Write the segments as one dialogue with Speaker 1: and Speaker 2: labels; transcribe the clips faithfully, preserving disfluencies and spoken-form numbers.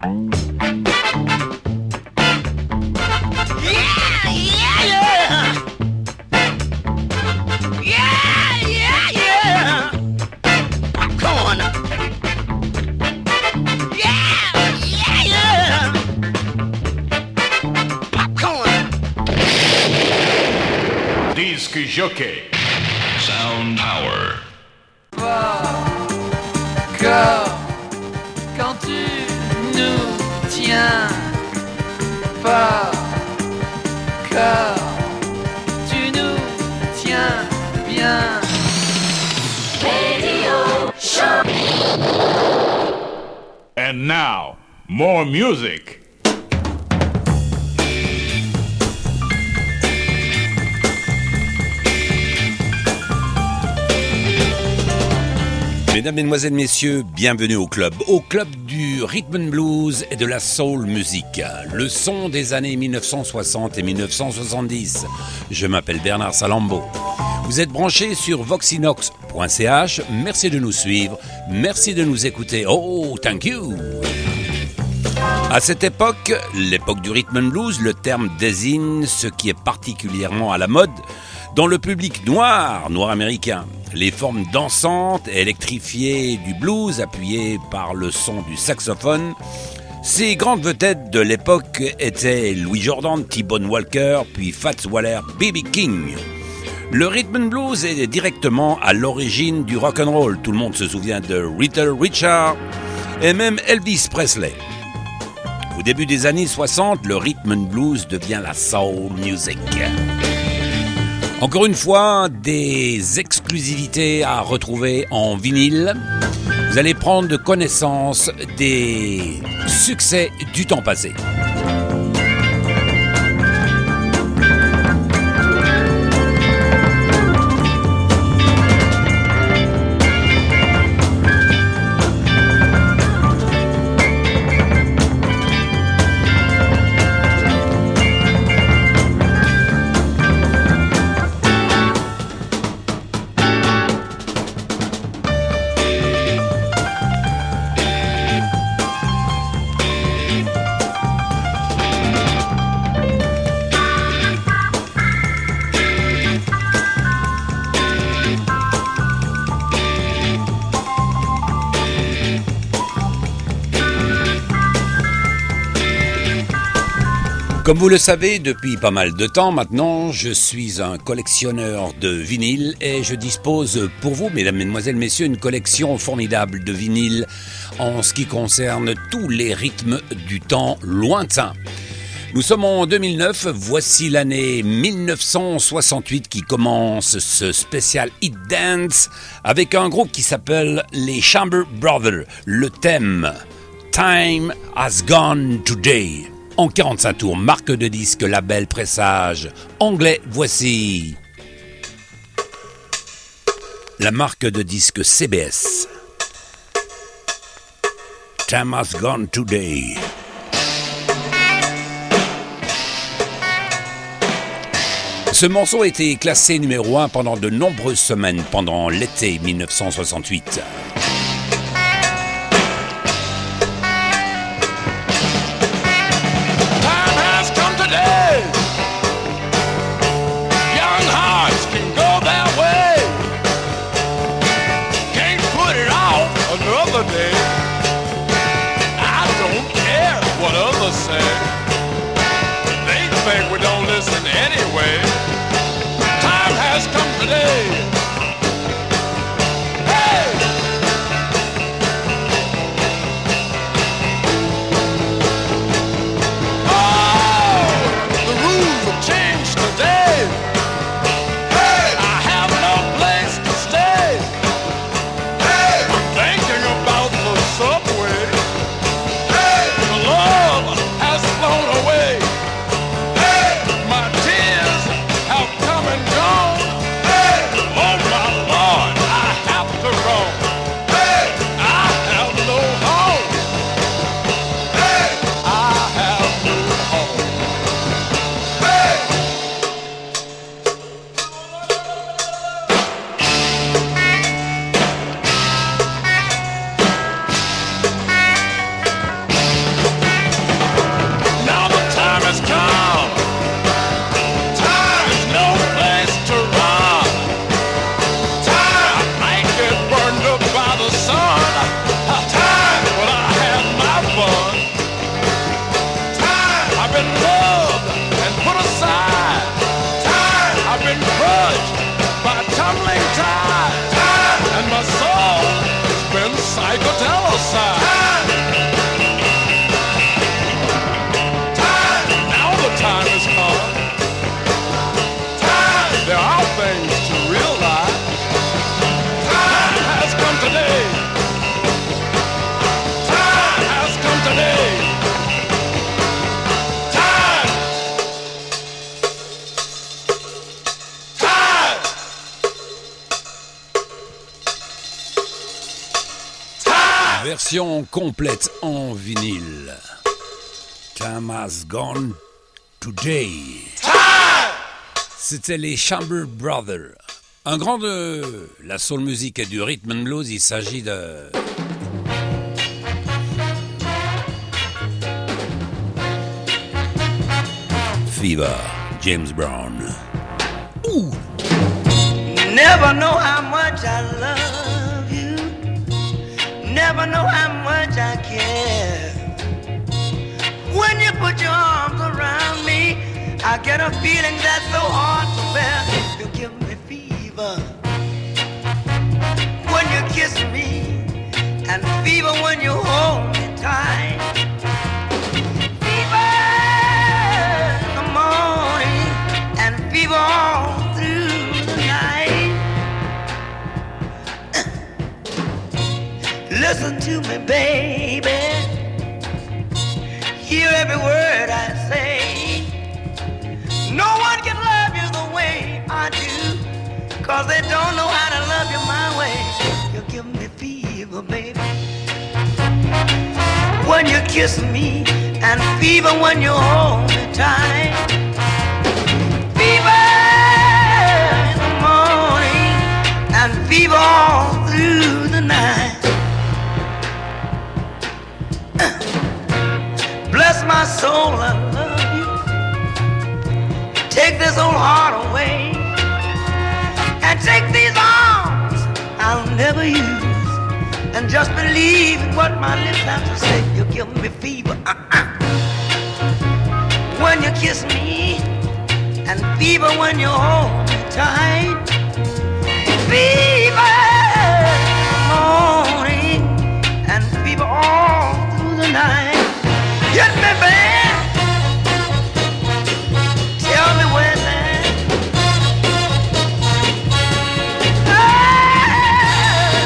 Speaker 1: Jockey. Sound Power.
Speaker 2: Fort corps quand tu nous tiens. Fort corps, tu nous tiens bien. Radio Show.
Speaker 1: And now, more music.
Speaker 3: Mesdames, Mesdemoiselles, Messieurs, bienvenue au club, au club du rhythm and blues et de la soul music, le son des années dix-neuf cent soixante et dix-neuf cent soixante-dix. Je m'appelle Bernard Salambo. Vous êtes branchés sur voxinox point c h, merci de nous suivre, merci de nous écouter, oh, thank you. À cette époque, l'époque du rhythm and blues, le terme désigne ce qui est particulièrement à la mode dans le public noir, noir américain. Les formes dansantes et électrifiées du blues, appuyées par le son du saxophone. Ces grandes vedettes de l'époque étaient Louis Jordan, T-Bone Walker, puis Fats Waller, B B King. Le rhythm and blues est directement à l'origine du rock and roll. Tout le monde se souvient de Little Richard et même Elvis Presley. Au début des années soixante, le rhythm and blues devient la soul music. Encore une fois, des exclusivités à retrouver en vinyle. Vous allez prendre connaissance des succès du temps passé. Comme vous le savez, depuis pas mal de temps maintenant, je suis un collectionneur de vinyles et je dispose pour vous, mesdames, mesdemoiselles, messieurs, une collection formidable de vinyles en ce qui concerne tous les rythmes du temps lointain. Nous sommes en deux mille neuf, voici l'année dix-neuf cent soixante-huit qui commence ce spécial Hit Dance avec un groupe qui s'appelle les Chamber Brothers. Le thème Time Has Gone Today. En quarante-cinq tours, marque de disque, label, pressage anglais, voici la marque de disque C B S. Time Has Gone Today. Ce morceau a été classé numéro un pendant de nombreuses semaines pendant l'été dix-neuf cent soixante-huit.
Speaker 4: Has
Speaker 3: version complète en vinyle. Time has gone today. C'était les Chamber Brothers. Un grand de la soul music et du rhythm and blues, il s'agit de... Fever, James Brown. Ooh.
Speaker 4: Never know how much I love you. Never know how much I care. When you put your arms around me, I get a feeling that's so hard to bear. You give me fever when you kiss me, and fever when you hold me tight. Fever in the morning, and fever all through the night. Listen to me, baby. Hear every word I say. No one can love you the way I do, 'cause they don't know how to love you my way. You give me fever, baby, when you kiss me, and fever when you hold me tight. Fever in the morning, and fever all through the night. Bless my soul, I love you. Take this old heart away, and take these arms I'll never use, and just believe in what my lips have to say. You give me fever uh-uh. when you kiss me, and fever when you hold me tight. Fever in the morning, and fever all through the night. Hit me, babe. Tell me when, man. Ah,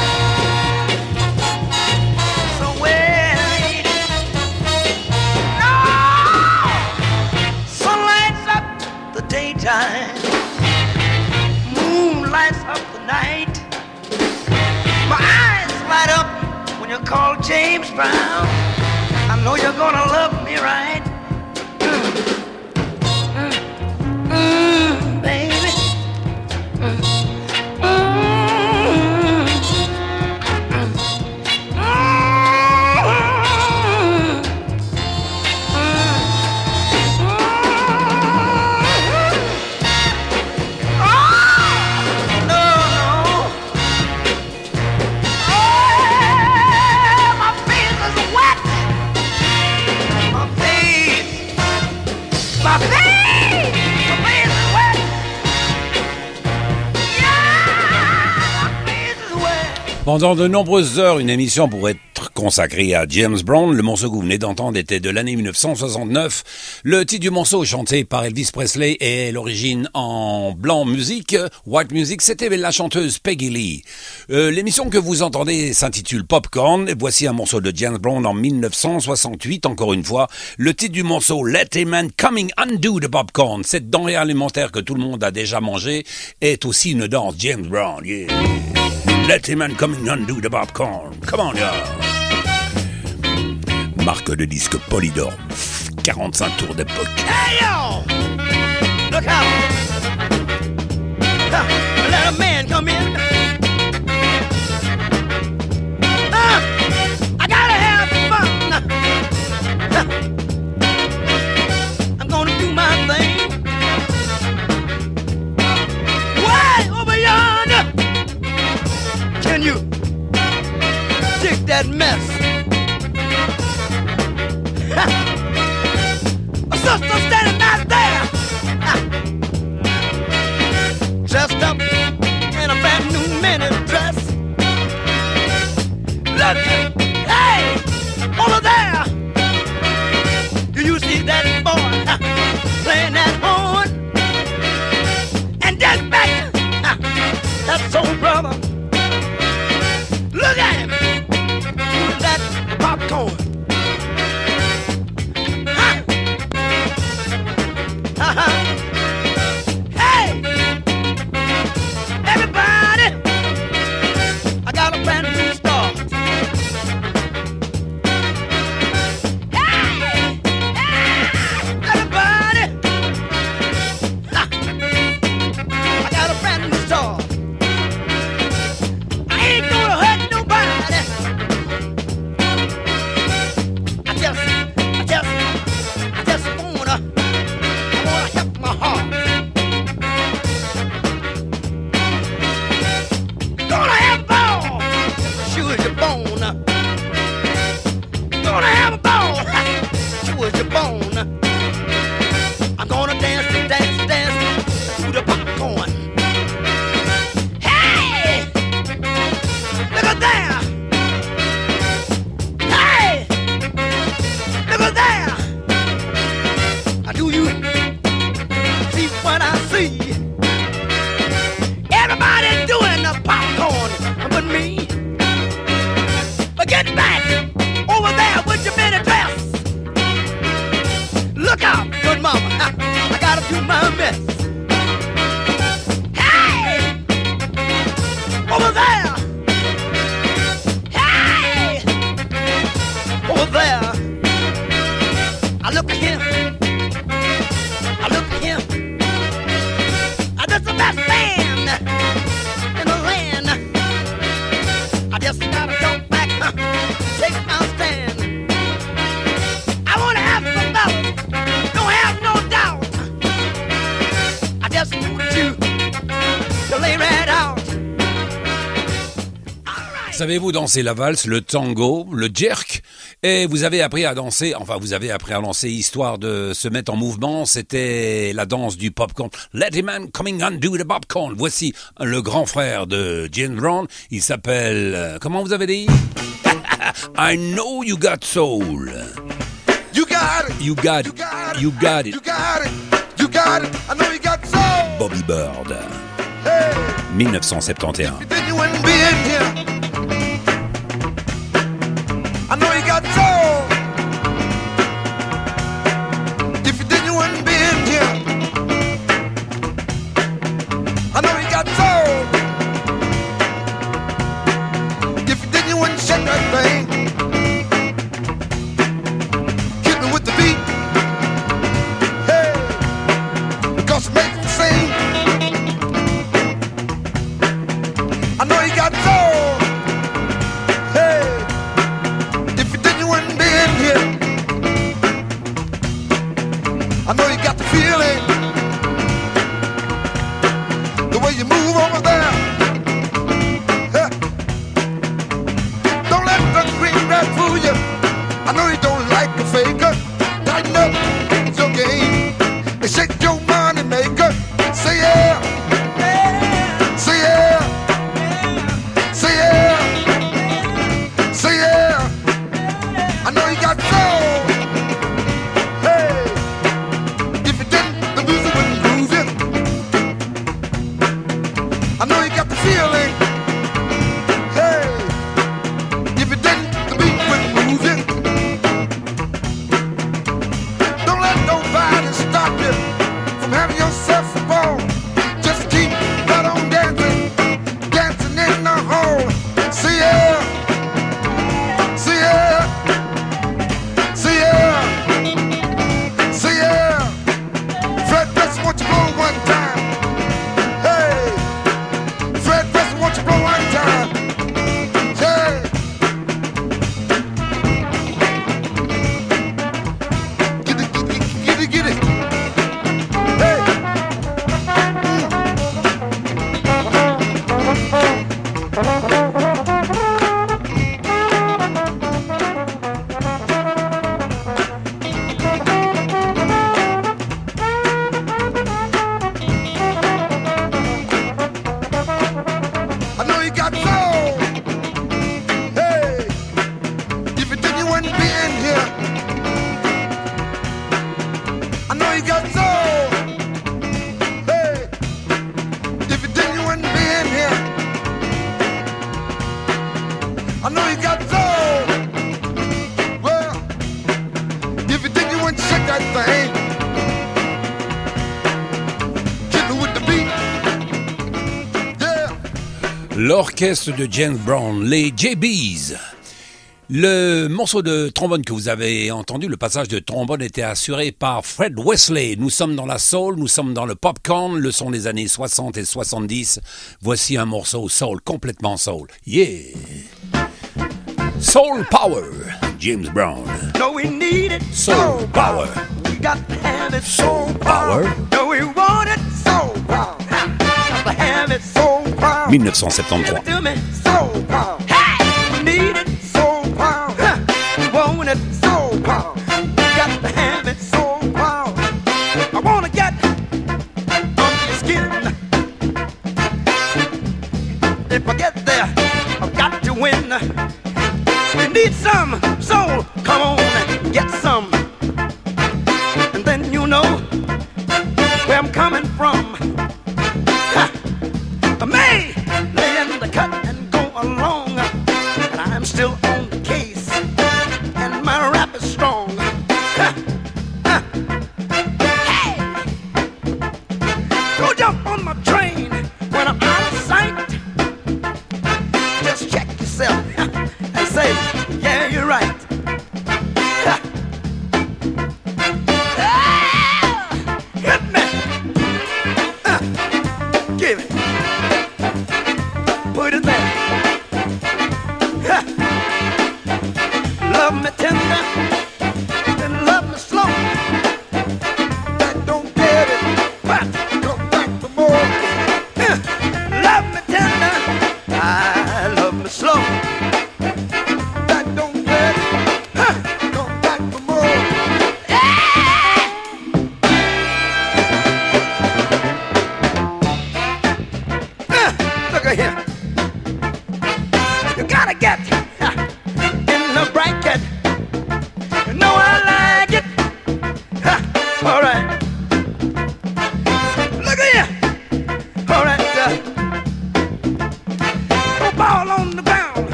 Speaker 4: so when, lady. No. Sun lights up the daytime. Moon lights up the night. My eyes light up when you call James Brown. I know you're gonna love me right. Mm. Mm. Mm, baby. Mm. Mm. Mm. Mm. Oh, no, no. Oh, my face is wet. My face, my face, my face is wet. Yeah, my face is wet.
Speaker 3: Pendant de nombreuses heures, une émission pourrait être consacrée à James Brown. Le morceau que vous venez d'entendre était de l'année mille neuf cent soixante-neuf. Le titre du morceau, chanté par Elvis Presley, est l'origine en blanc musique, white music, c'était la chanteuse Peggy Lee. Euh, l'émission que vous entendez s'intitule Popcorn. Et voici un morceau de James Brown en mille neuf cent soixante-huit, encore une fois. Le titre du morceau, Let a Man Coming Undo the Popcorn. Cette denrée alimentaire que tout le monde a déjà mangée est aussi une danse James Brown. Yeah. Let a Man Coming Undo the Popcorn. Come on, y'all. Marque de disque Polydor, quarante-cinq tours d'époque.
Speaker 4: Hey yo, look out! Huh, let a man come in. Uh, I gotta have fun. Huh. I'm gonna do my thing. Way over yonder. Can you dig that mess? A sister standing out there, dressed up in a brand new I look at him. I look at him. I just the best man in the land. I just gotta jump back, huh, take my stand. I wanna have some fellas, don't have no doubt. I just want you to lay right out.
Speaker 3: Savez-vous danser la valse, le tango, le jerk? Et vous avez appris à danser, enfin vous avez appris à danser histoire de se mettre en mouvement, c'était la danse du popcorn. Let a man coming and do the popcorn. Voici le grand frère de James Brown, il s'appelle, euh, comment vous avez dit? I know you got soul.
Speaker 5: You got it.
Speaker 3: You got it. You got it.
Speaker 5: You got it. You got it. I know you got soul.
Speaker 3: Bobby Bird.
Speaker 5: Hey.
Speaker 3: dix-neuf cent soixante et onze.
Speaker 5: Then you wouldn't be in here. I know you got soul. If you did, you wouldn't be in here. I know you got soul. If you did, you wouldn't shake that thing. Hit me with the beat. Hey, because it makes me sing. I know you got soul. Hey. I know you got the feeling, the way you move over there. Huh. Don't let the green rat fool you. I know you don't like the faker. Tighten up, it's your game, and shake your money maker. Say yeah, say yeah, say yeah, say yeah. I know you got soul. I know you got the feeling. Hey, if you didn't, the beat wouldn't move you. Don't let nobody stop you from having yourself a ball. Just keep right on dancing, dancing in the hall. See ya, see ya, see ya, see ya. Fred Preston, won't you blow one time? Won't you blow one time? Hey. Get it, get it, get it, get it. Hey. I know you got soul. Hey, if you did, you wouldn't be in here. I know you got soul. Hey, if you did, you wouldn't be in here. I know you got soul. Well, if you did, you wouldn't shake that thing. Hit me with the beat.
Speaker 3: L'orchestre de James Brown, les J Bs. Le morceau de trombone que vous avez entendu, le passage de trombone était assuré par Fred Wesley. Nous sommes dans la soul, nous sommes dans le popcorn, le son des années soixante et soixante-dix. Voici un morceau soul, complètement soul. Yeah! Soul Power, James Brown.
Speaker 4: No, we need it.
Speaker 3: Soul Power.
Speaker 4: We got to have it.
Speaker 3: Soul Power.
Speaker 4: No, we want it. Soul Power. Got to have it. Soul Power.
Speaker 3: dix-neuf cent soixante-treize.
Speaker 4: Give it to me. Soul Power. Hey! We need it. Soul Power. We want it. Soul Power. Got to have it. Soul Power. I want to get under your skin. If I get there, I've got to win. We need some soul. Come on and get some. And then you know where I'm coming from. Ha! I may lay in the cut and go along.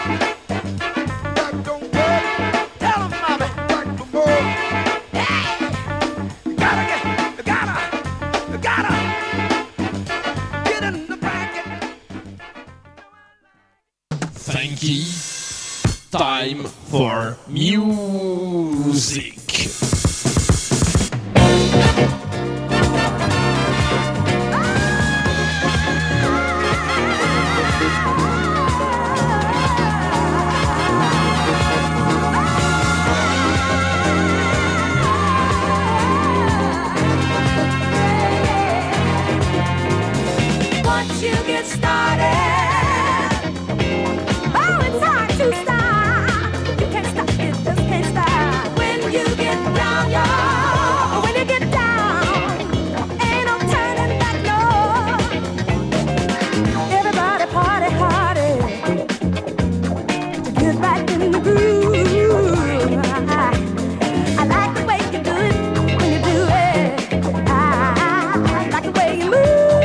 Speaker 6: Funky time for music.
Speaker 7: Once you get started, oh, it's hard to stop. You can't stop it, just can't stop. When you get down, y'all, when you get down, ain't no turning back, no. Everybody party hardy to get back in the groove. I, I like the way you do it when you do it. I, I like the way you move.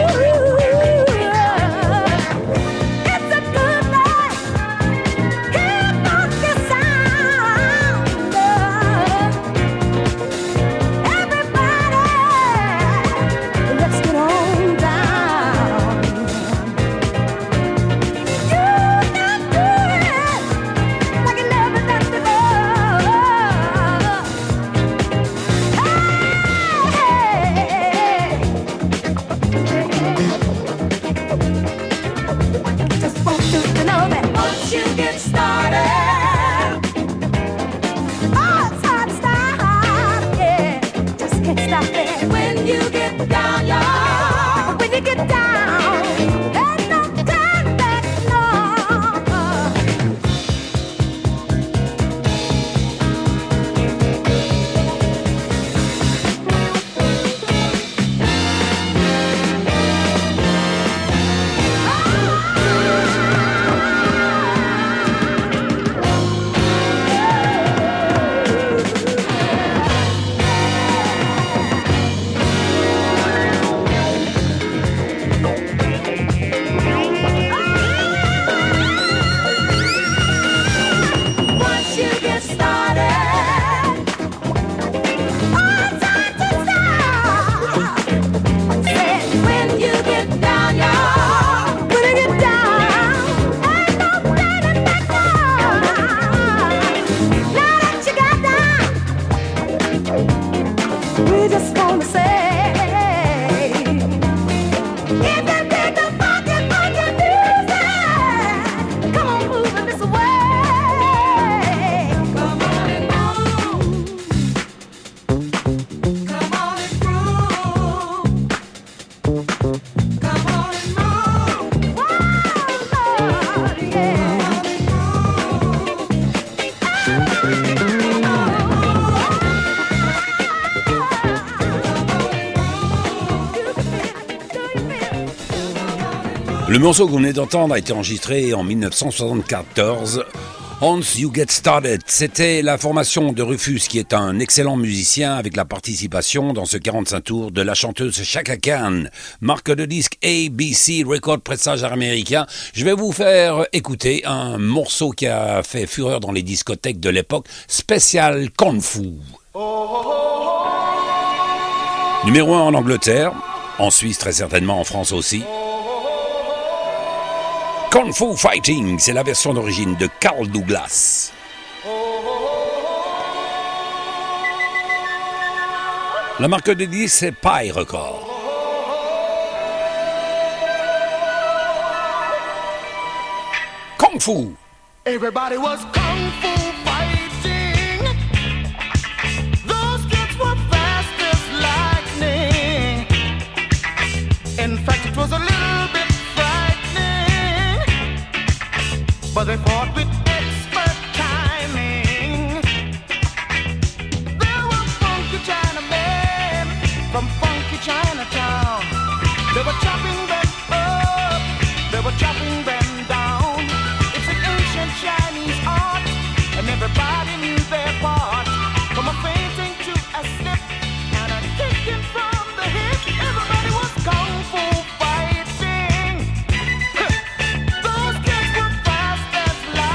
Speaker 3: Le morceau qu'on venait d'entendre a été enregistré en dix-neuf cent soixante-quatorze. Once You Get Started, c'était la formation de Rufus, qui est un excellent musicien, avec la participation dans ce quarante-cinq tours de la chanteuse Chaka Khan, marque de disque A B C Record, pressage américain. Je vais vous faire écouter un morceau qui a fait fureur dans les discothèques de l'époque, spécial Kung Fu. Numéro un en Angleterre, en Suisse très certainement, en France aussi. Kung Fu Fighting, c'est la version d'origine de Carl Douglas. La marque de disque, c'est Pi Record. Kung Fu.
Speaker 5: Everybody was kung fu fighting. Those kids were fast as lightning. In fact, it was a little bit frightening, but they fought with expert timing. There were funky Chinamen from funky Chinatown. They were chopping them up, they were chopping them down. It's an ancient Chinese art, and everybody knew their part. From a fainting to a slip and a kicking from the hip, everybody was kung fu fighting. Those kids were fast as lightning.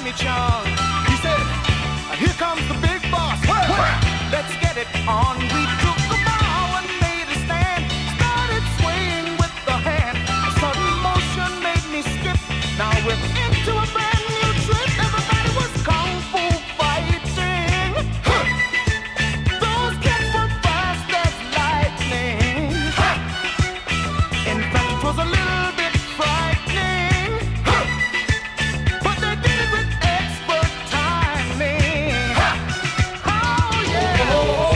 Speaker 5: Johnny Chung. He said, here comes the big boss. Let's get it on. We took the ball and made a stand. Started swaying with the hand. A sudden motion made me skip. Now we're into a brand new trip. Everybody was kung fu fighting. Those kids were fast as lightning. In fact, it was a little bit frightening. But they did it with expert timing. Oh yeah.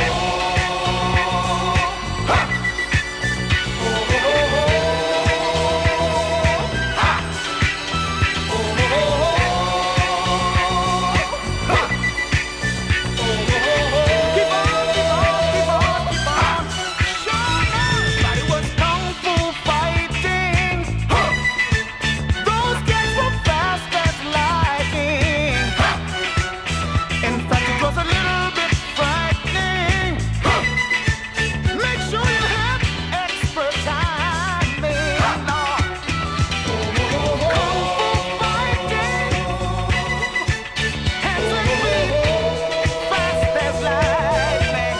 Speaker 5: Keep on, keep on, keep on, keep on. Sure, everybody was kung fu fighting. Those kids were fast as lightning. In fact, it was a little bit frightening. Make sure you have expert timing. Lord. Kung fu fighting. Hands and feet, fast as lightning.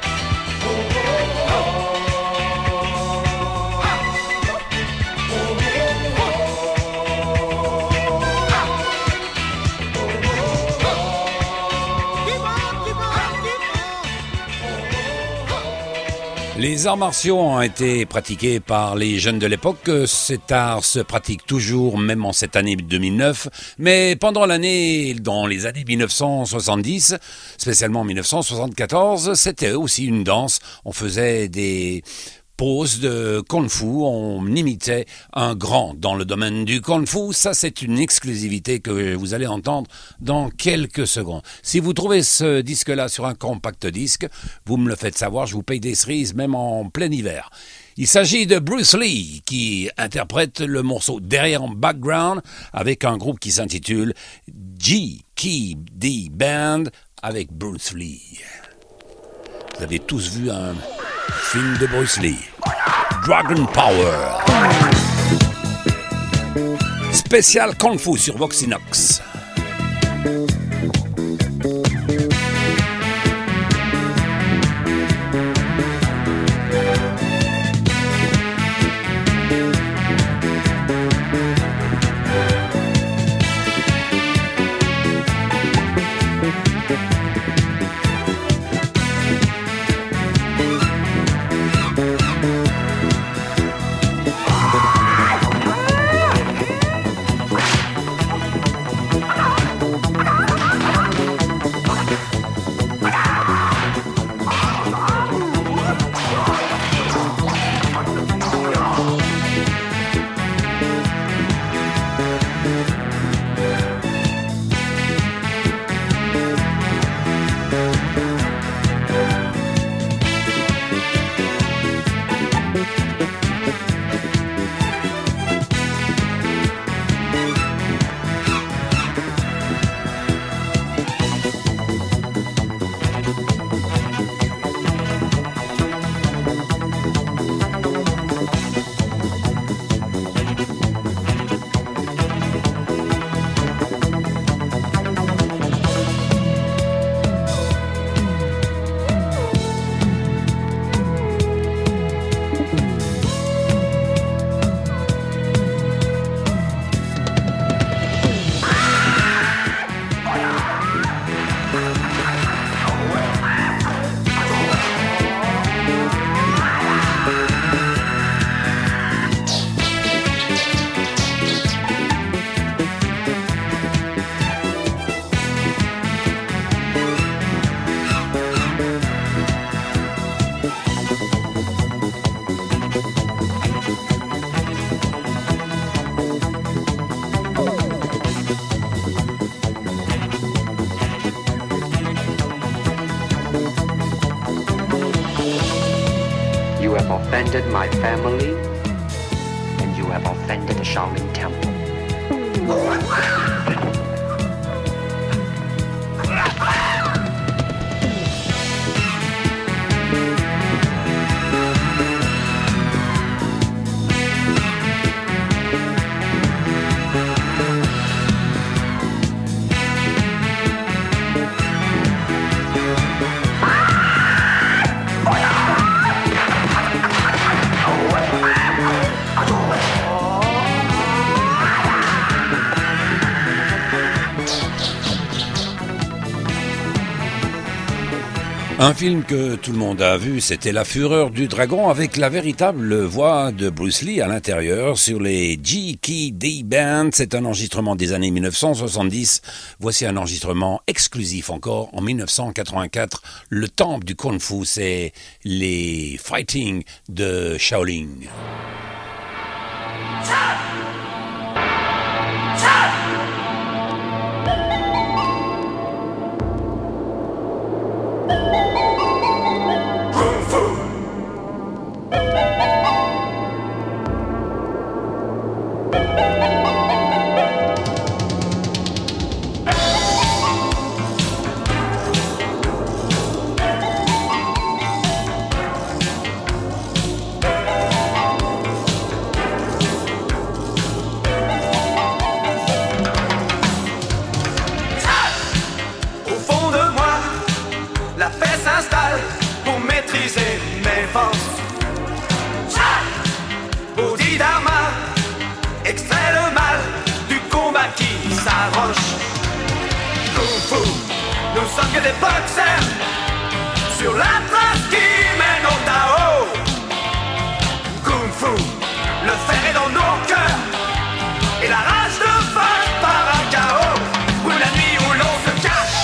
Speaker 5: Keep on, keep on, keep on.
Speaker 3: Les arts martiaux ont été pratiqués par les jeunes de l'époque. Cet art se pratique toujours, même en cette année deux mille neuf. Mais pendant l'année, dans les années mille neuf cent soixante-dix, spécialement mille neuf cent soixante-quatorze, c'était aussi une danse. On faisait des pose de kung-fu, on imitait un grand dans le domaine du kung-fu. Ça, c'est une exclusivité que vous allez entendre dans quelques secondes. Si vous trouvez ce disque-là sur un compact disque, vous me le faites savoir, je vous paye des cerises même en plein hiver. Il s'agit de Bruce Lee qui interprète le morceau derrière en background avec un groupe qui s'intitule G K D Band avec Bruce Lee. Vous avez tous vu un film de Bruce Lee, Dragon Power. Spécial Kung Fu sur Voxinox.
Speaker 8: You have offended my family, and you have offended the Shaolin Temple.
Speaker 3: Un film que tout le monde a vu, c'était La Fureur du Dragon avec la véritable voix de Bruce Lee à l'intérieur sur les G K D Band. C'est un enregistrement des années mille neuf cent soixante-dix. Voici un enregistrement exclusif encore en mille neuf cent quatre-vingt-quatre. Le temple du Kung Fu, c'est les fighting de Shaolin.
Speaker 9: Des boxers sur la trace qui mène au Tao. Kung Fu, le fer est dans nos cœurs et la rage de vaincre par un chaos. Ou la nuit où l'on se cache.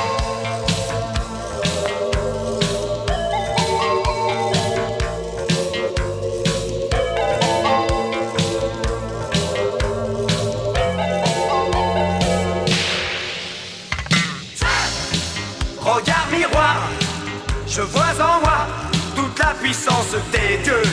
Speaker 9: Regarde miroir, je vois en moi toute la puissance des dieux.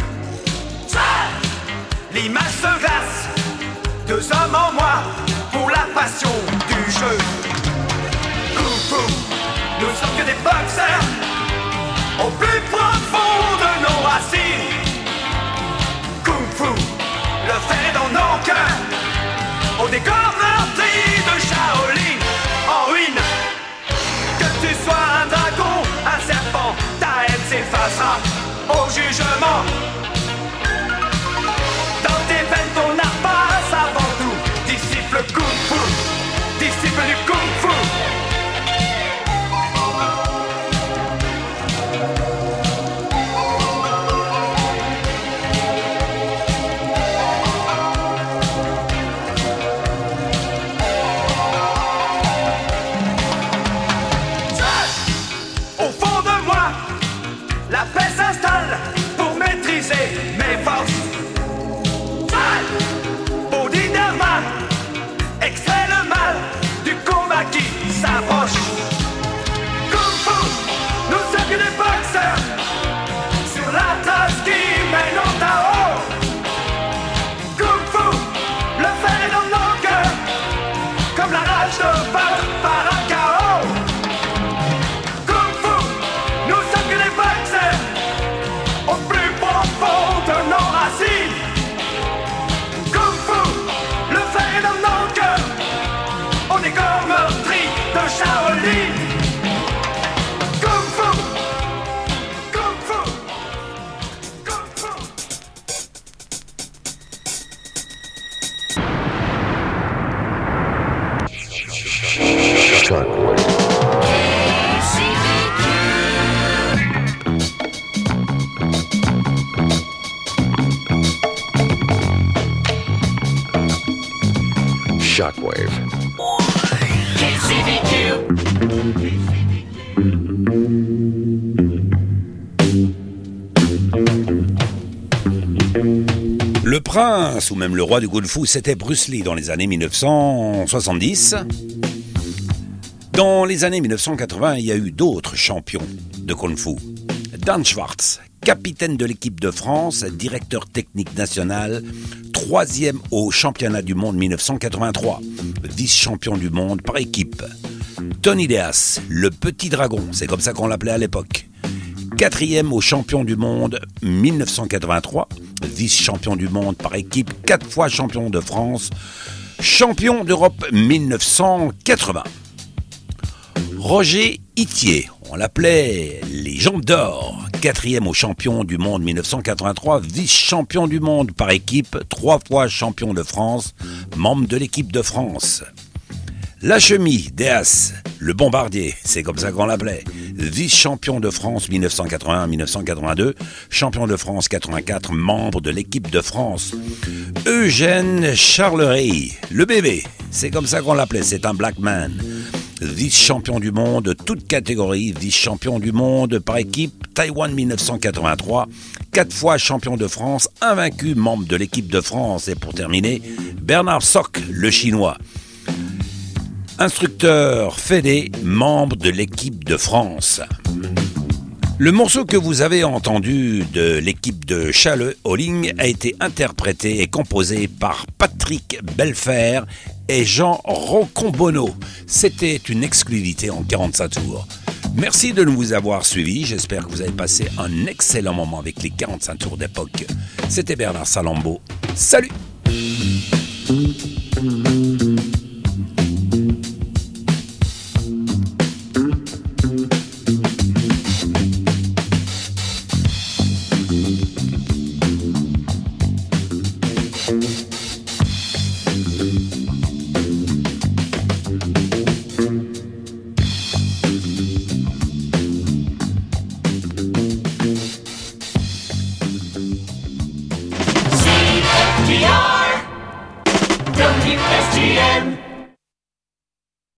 Speaker 9: L'image se glace, deux hommes en moi pour la passion du jeu. Kung Fu, nous sommes que des boxeurs au plus profond de nos racines. Kung Fu, le fer est dans nos cœurs, au décor meurtri de Shaolin. En ruine, que tu sois un dragon, un serpent, ta haine s'effacera au jugement. Dans tes veines ton art passe avant tout. Disciple Kung Fu, disciple du Kung Fu. La paix s'installe pour maîtriser mes forces. Bodhidharma extrait le mal du combat qui s'approche. Kung Fu, nous sommes des boxeurs sur la trace qui mène au Tao. Kung Fu, le fer est dans nos cœurs, comme la rage de vaincre par un chaos. Kung Fu, nous sommes que des boxeurs au plus profond de nos racines. Kung Fu, le fer est dans nos cœurs, au décor meurtri de Shaolin. Kung Fu, Kung Fu, Kung Fu.
Speaker 10: Shockwave.
Speaker 3: Le prince, ou même le roi du Kung Fu, c'était Bruce Lee dans les années mille neuf cent soixante-dix. Dans les années mille neuf cent quatre-vingts, il y a eu d'autres champions de Kung Fu. Dan Schwartz, capitaine de l'équipe de France, directeur technique national, troisième au championnat du monde mille neuf cent quatre-vingt-trois, vice-champion du monde par équipe. Tony Deas, le petit dragon, c'est comme ça qu'on l'appelait à l'époque. Quatrième au champion du monde mille neuf cent quatre-vingt-trois, vice-champion du monde par équipe, quatre fois champion de France, champion d'Europe mille neuf cent quatre-vingts. Roger Itier, on l'appelait les jambes d'or, quatrième au champion du monde mille neuf cent quatre-vingt-trois, vice-champion du monde par équipe, trois fois champion de France, membre de l'équipe de France. Lachemi Deas, le bombardier, c'est comme ça qu'on l'appelait, vice-champion de France mille neuf cent quatre-vingt-un à mille neuf cent quatre-vingt-deux, champion de France quatre-vingt-quatre, membre de l'équipe de France. Eugène Charlery, le bébé, c'est comme ça qu'on l'appelait, c'est un black man. Vice-champion du monde, toute catégorie, vice-champion du monde par équipe, Taïwan mille neuf cent quatre-vingt-trois, quatre fois champion de France, invaincu, membre de l'équipe de France. Et pour terminer, Bernard Sock, le chinois. Instructeur fédé, membre de l'équipe de France. Le morceau que vous avez entendu de l'équipe de Chalet-Holling a été interprété et composé par Patrick Belfer et Jean Roccobono. C'était une exclusivité en quarante-cinq tours. Merci de nous avoir suivis. J'espère que vous avez passé un excellent moment avec les quarante-cinq tours d'époque. C'était Bernard Salambo. Salut!
Speaker 2: We are